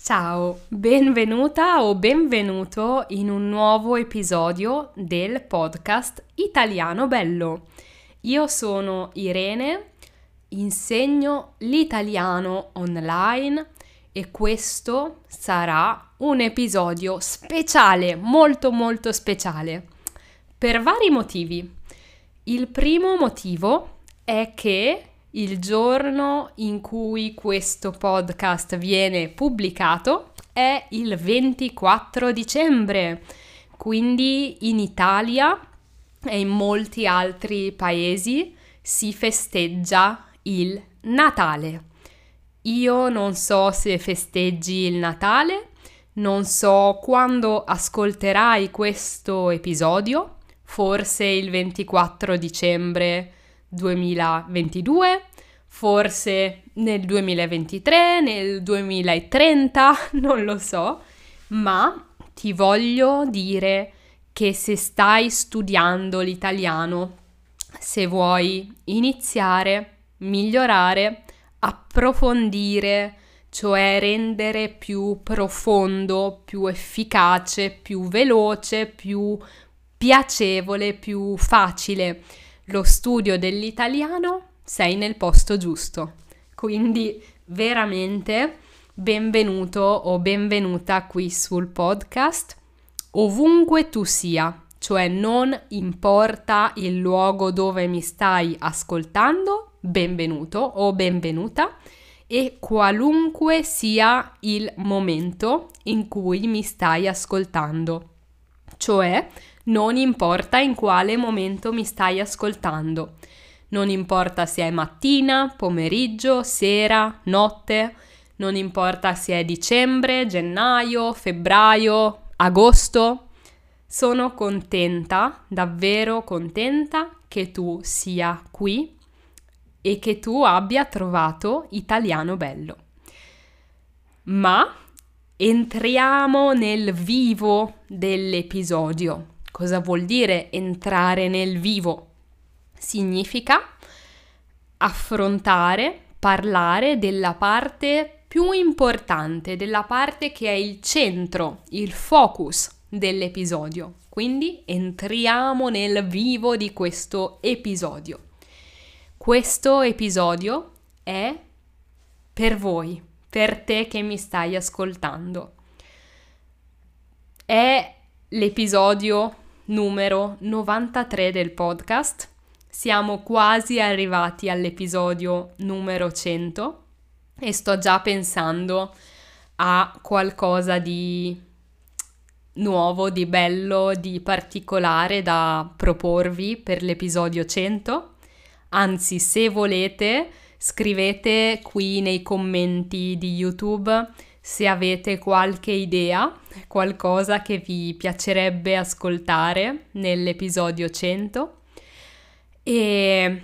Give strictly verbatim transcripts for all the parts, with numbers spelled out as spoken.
Ciao, benvenuta o benvenuto in un nuovo episodio del podcast Italiano Bello. Io sono Irene, insegno l'italiano online e questo sarà un episodio speciale, molto molto speciale, per vari motivi. Il primo motivo è che il giorno in cui questo podcast viene pubblicato è il ventiquattro dicembre, quindi in Italia e in molti altri paesi si festeggia il Natale. Io non so se festeggi il Natale, non so quando ascolterai questo episodio, forse il ventiquattro dicembre duemilaventidue, forse nel duemilaventitré, nel duemilatrenta, non lo so, ma ti voglio dire che se stai studiando l'italiano, se vuoi iniziare, migliorare, approfondire, cioè rendere più profondo, più efficace, più veloce, più piacevole, più facile lo studio dell'italiano, sei nel posto giusto. Quindi veramente benvenuto o benvenuta qui sul podcast, ovunque tu sia, cioè non importa il luogo dove mi stai ascoltando, benvenuto o benvenuta, e qualunque sia il momento in cui mi stai ascoltando, cioè non importa in quale momento mi stai ascoltando, non importa se è mattina, pomeriggio, sera, notte, non importa se è dicembre, gennaio, febbraio, agosto. Sono contenta, davvero contenta che tu sia qui e che tu abbia trovato Italiano Bello. Ma entriamo nel vivo dell'episodio. Cosa vuol dire entrare nel vivo? Significa affrontare, parlare della parte più importante, della parte che è il centro, il focus dell'episodio. Quindi entriamo nel vivo di questo episodio. Questo episodio è per voi, per te che mi stai ascoltando. È l'episodio numero novantatré del podcast. Siamo quasi arrivati all'episodio numero cento e sto già pensando a qualcosa di nuovo, di bello, di particolare da proporvi per l'episodio cento. Anzi, se volete, scrivete qui nei commenti di YouTube se avete qualche idea, qualcosa che vi piacerebbe ascoltare nell'episodio cento. E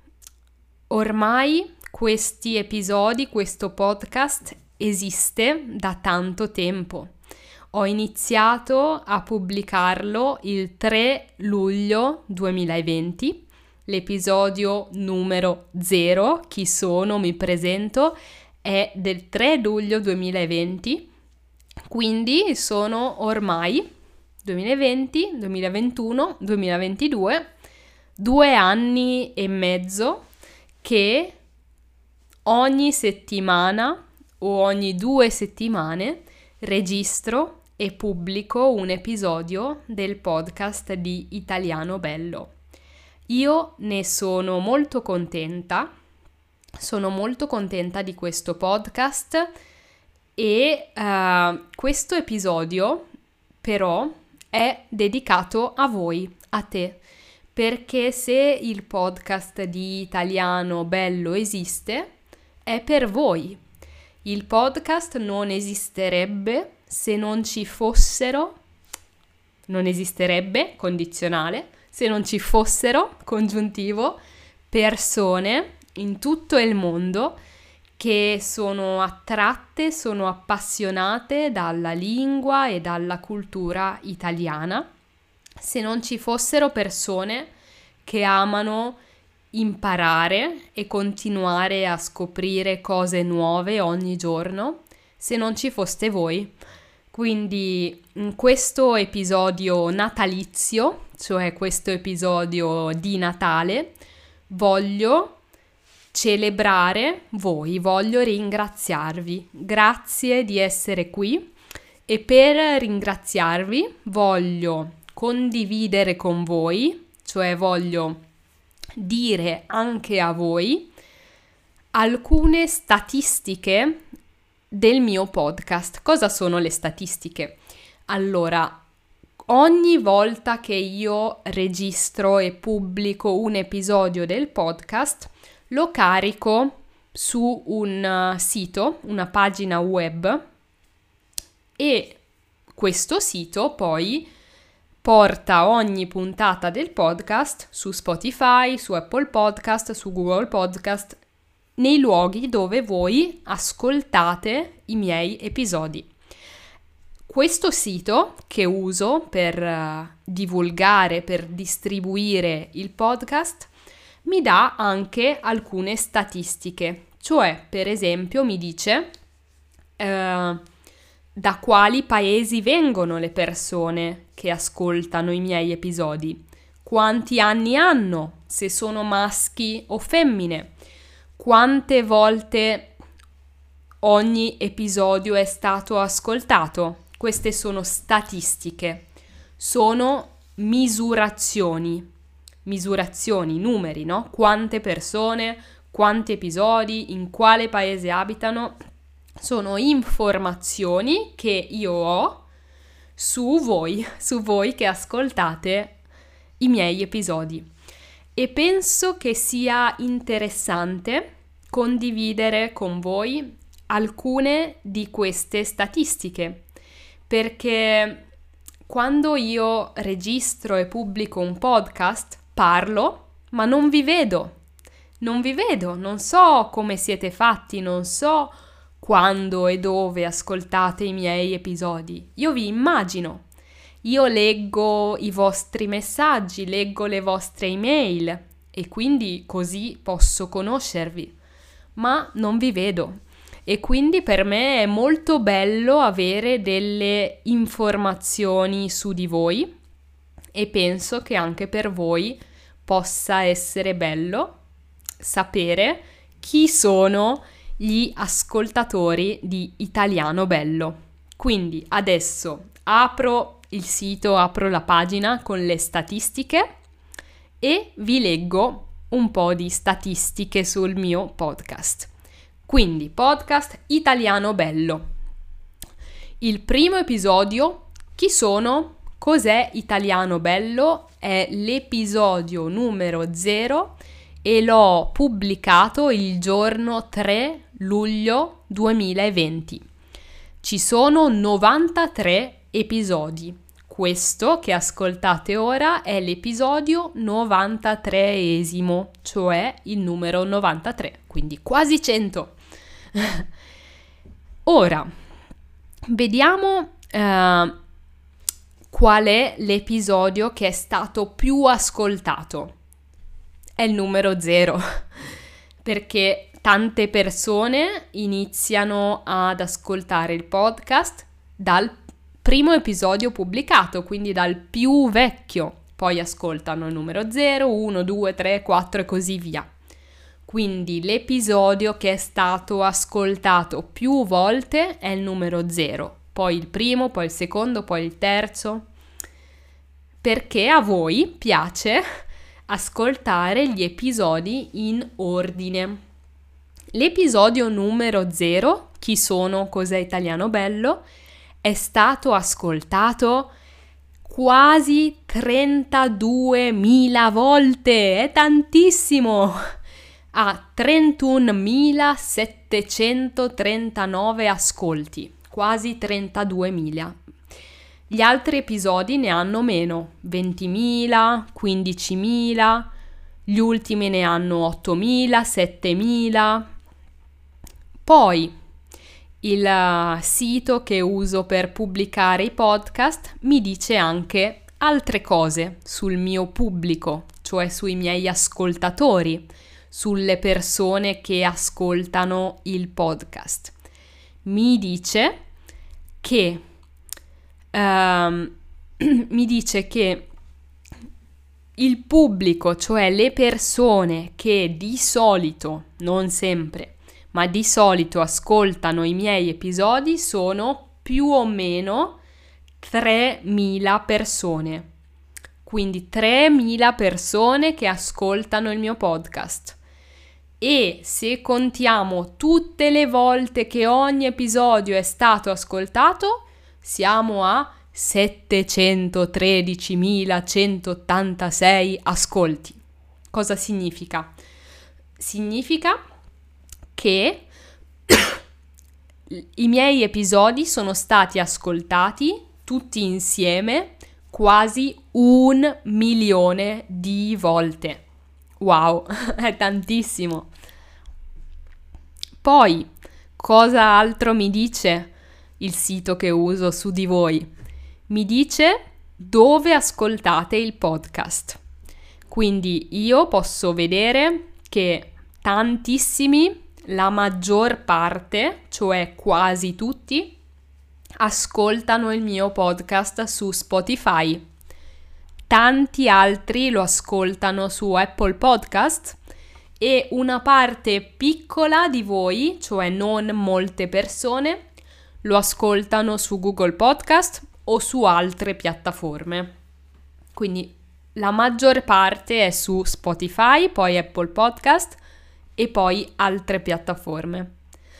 ormai questi episodi, questo podcast esiste da tanto tempo. Ho iniziato a pubblicarlo il tre luglio duemilaventi. L'episodio numero zero, chi sono, mi presento, è del tre luglio duemilaventi, quindi sono ormai duemilaventi, duemilaventuno, duemilaventidue, due anni e mezzo che ogni settimana o ogni due settimane registro e pubblico un episodio del podcast di Italiano Bello. Io ne sono molto contenta, sono molto contenta di questo podcast e uh, questo episodio però è dedicato a voi, a te, perché se il podcast di Italiano Bello esiste è per voi. Il podcast non esisterebbe se non ci fossero, non esisterebbe, condizionale, se non ci fossero, congiuntivo, persone in tutto il mondo che sono attratte, sono appassionate dalla lingua e dalla cultura italiana, se non ci fossero persone che amano imparare e continuare a scoprire cose nuove ogni giorno, se non ci foste voi. Quindi in questo episodio natalizio, cioè questo episodio di Natale, voglio celebrare voi, voglio ringraziarvi. Grazie di essere qui e per ringraziarvi voglio condividere con voi, cioè voglio dire anche a voi alcune statistiche del mio podcast. Cosa sono le statistiche? Allora, ogni volta che io registro e pubblico un episodio del podcast, lo carico su un sito, una pagina web, e questo sito poi porta ogni puntata del podcast su Spotify, su Apple Podcast, su Google Podcast, nei luoghi dove voi ascoltate i miei episodi. Questo sito che uso per uh, divulgare, per distribuire il podcast, mi dà anche alcune statistiche, cioè per esempio mi dice uh, da quali paesi vengono le persone che ascoltano i miei episodi, quanti anni hanno, se sono maschi o femmine, quante volte ogni episodio è stato ascoltato. Queste sono statistiche, sono misurazioni, misurazioni, numeri, no? Quante persone, quanti episodi, in quale paese abitano, sono informazioni che io ho su voi, su voi che ascoltate i miei episodi. E penso che sia interessante condividere con voi alcune di queste statistiche, perché quando io registro e pubblico un podcast parlo, ma non vi vedo, non vi vedo, non so come siete fatti, non so quando e dove ascoltate i miei episodi. Io vi immagino. Io leggo i vostri messaggi, leggo le vostre email e quindi così posso conoscervi, ma non vi vedo. E quindi per me è molto bello avere delle informazioni su di voi e penso che anche per voi possa essere bello sapere chi sono gli ascoltatori di Italiano Bello. Quindi adesso apro il sito, apro la pagina con le statistiche e vi leggo un po' di statistiche sul mio podcast. Quindi, podcast Italiano Bello. Il primo episodio, chi sono? Cos'è Italiano Bello? È l'episodio numero zero e l'ho pubblicato il giorno tre luglio duemilaventi. Ci sono novantatré episodi. Questo che ascoltate ora è l'episodio novantatreesimo, cioè il numero novantatré, quindi quasi cento. Ora, vediamo uh, qual è l'episodio che è stato più ascoltato. È il numero zero, perché tante persone iniziano ad ascoltare il podcast dal primo episodio pubblicato, quindi dal più vecchio, poi ascoltano il numero zero, uno, due, tre, quattro e così via. Quindi l'episodio che è stato ascoltato più volte è il numero zero, poi il primo, poi il secondo, poi il terzo, perché a voi piace ascoltare gli episodi in ordine. L'episodio numero zero, chi sono, cos'è Italiano Bello, è stato ascoltato quasi trentaduemila volte, è tantissimo! Ha trentunomilasettecentotrentanove ascolti, quasi trentaduemila. Gli altri episodi ne hanno meno, ventimila, quindicimila, gli ultimi ne hanno ottomila, settemila. Poi il sito che uso per pubblicare i podcast mi dice anche altre cose sul mio pubblico, cioè sui miei ascoltatori, sulle persone che ascoltano il podcast. mi dice che um, mi dice che il pubblico, cioè le persone che di solito, non sempre, ma di solito ascoltano i miei episodi sono più o meno tremila persone. Quindi tremila persone che ascoltano il mio podcast. E se contiamo tutte le volte che ogni episodio è stato ascoltato, siamo a settecentotredicimilacentottantasei ascolti. Cosa significa? Significa che i miei episodi sono stati ascoltati tutti insieme quasi un milione di volte. Wow, è tantissimo. Poi, cosa altro mi dice il sito che uso su di voi? Mi dice dove ascoltate il podcast. Quindi io posso vedere che tantissimi, la maggior parte, cioè quasi tutti, ascoltano il mio podcast su Spotify. Tanti altri lo ascoltano su Apple Podcast e una parte piccola di voi, cioè non molte persone, lo ascoltano su Google Podcast o su altre piattaforme. Quindi la maggior parte è su Spotify, poi Apple Podcast e poi altre piattaforme.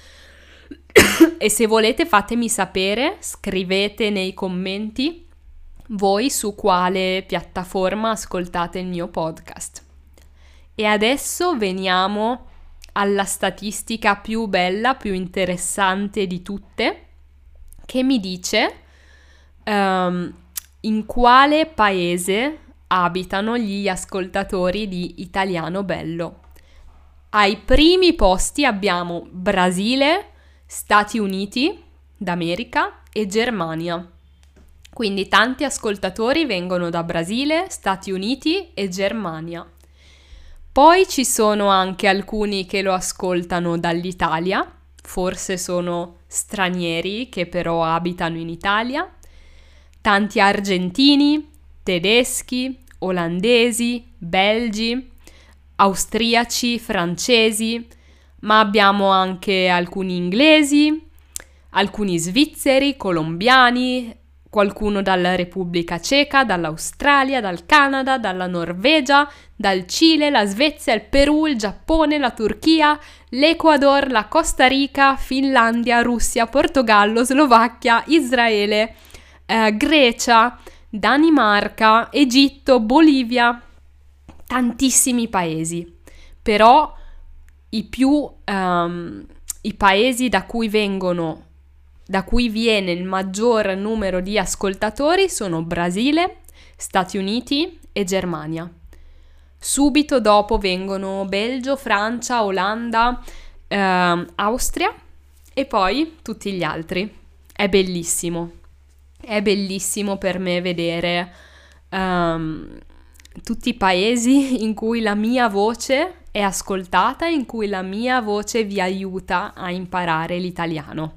E se volete fatemi sapere, scrivete nei commenti voi su quale piattaforma ascoltate il mio podcast. E adesso veniamo alla statistica più bella, più interessante di tutte, che mi dice um, in quale paese abitano gli ascoltatori di Italiano Bello. Ai primi posti abbiamo Brasile, Stati Uniti d'America e Germania. Quindi tanti ascoltatori vengono da Brasile, Stati Uniti e Germania. Poi ci sono anche alcuni che lo ascoltano dall'Italia, forse sono stranieri che però abitano in Italia, tanti argentini, tedeschi, olandesi, belgi, austriaci, francesi, ma abbiamo anche alcuni inglesi, alcuni svizzeri, colombiani, qualcuno dalla Repubblica Ceca, dall'Australia, dal Canada, dalla Norvegia, dal Cile, la Svezia, il Perù, il Giappone, la Turchia, l'Ecuador, la Costa Rica, Finlandia, Russia, Portogallo, Slovacchia, Israele, eh, Grecia, Danimarca, Egitto, Bolivia, tantissimi paesi. Però i più um, i paesi da cui vengono da cui viene il maggior numero di ascoltatori sono Brasile, Stati Uniti e Germania. Subito dopo vengono Belgio, Francia, Olanda, eh, Austria e poi tutti gli altri. È bellissimo. È bellissimo per me vedere um, tutti i paesi in cui la mia voce è ascoltata, in cui la mia voce vi aiuta a imparare l'italiano.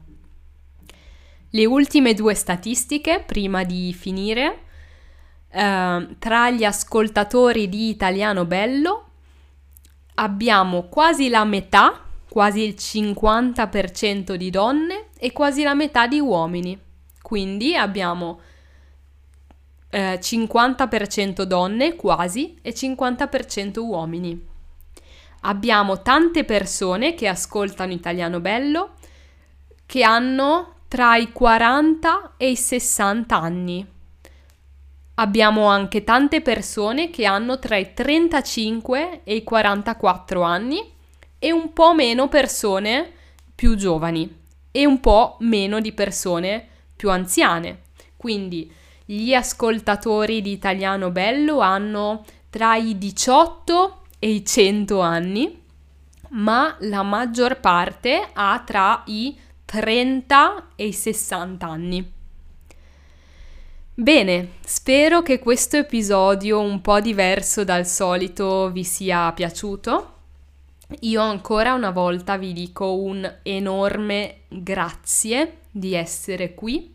Le ultime due statistiche, prima di finire, eh, tra gli ascoltatori di Italiano Bello abbiamo quasi la metà, quasi il cinquanta per cento di donne e quasi la metà di uomini. Quindi abbiamo eh, cinquanta per cento donne, quasi, e cinquanta per cento uomini. Abbiamo tante persone che ascoltano Italiano Bello che hanno tra i quaranta e i sessanta anni. Abbiamo anche tante persone che hanno tra i trentacinque e i quarantaquattro anni e un po' meno persone più giovani e un po' meno di persone più anziane. Quindi gli ascoltatori di Italiano Bello hanno tra i diciotto e i cento anni, ma la maggior parte ha tra i trenta e i sessanta anni. Bene, spero che questo episodio un po' diverso dal solito vi sia piaciuto. io ancora una volta vi dico un enorme grazie di essere qui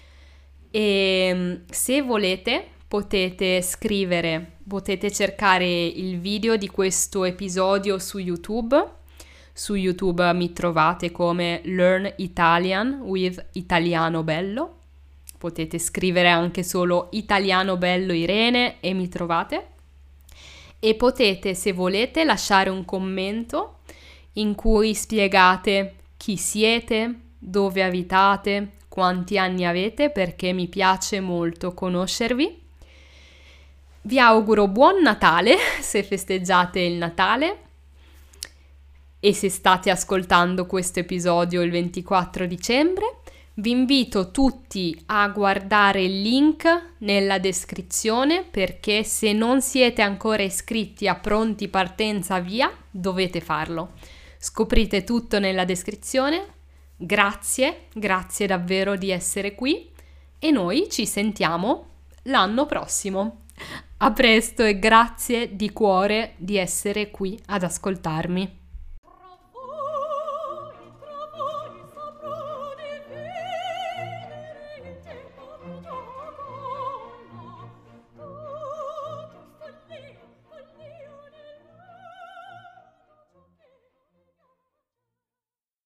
e se volete potete scrivere, potete cercare il video di questo episodio su YouTube. Su YouTube mi trovate come Learn Italian with Italiano Bello. Potete scrivere anche solo Italiano Bello Irene e mi trovate. E potete, se volete, lasciare un commento in cui spiegate chi siete, dove abitate, quanti anni avete, perché mi piace molto conoscervi. Vi auguro buon Natale se festeggiate il Natale e se state ascoltando questo episodio il ventiquattro dicembre. Vi invito tutti a guardare il link nella descrizione perché se non siete ancora iscritti a Pronti Partenza Via dovete farlo. Scoprite tutto nella descrizione. Grazie, grazie davvero di essere qui e noi ci sentiamo l'anno prossimo. A presto e grazie di cuore di essere qui ad ascoltarmi.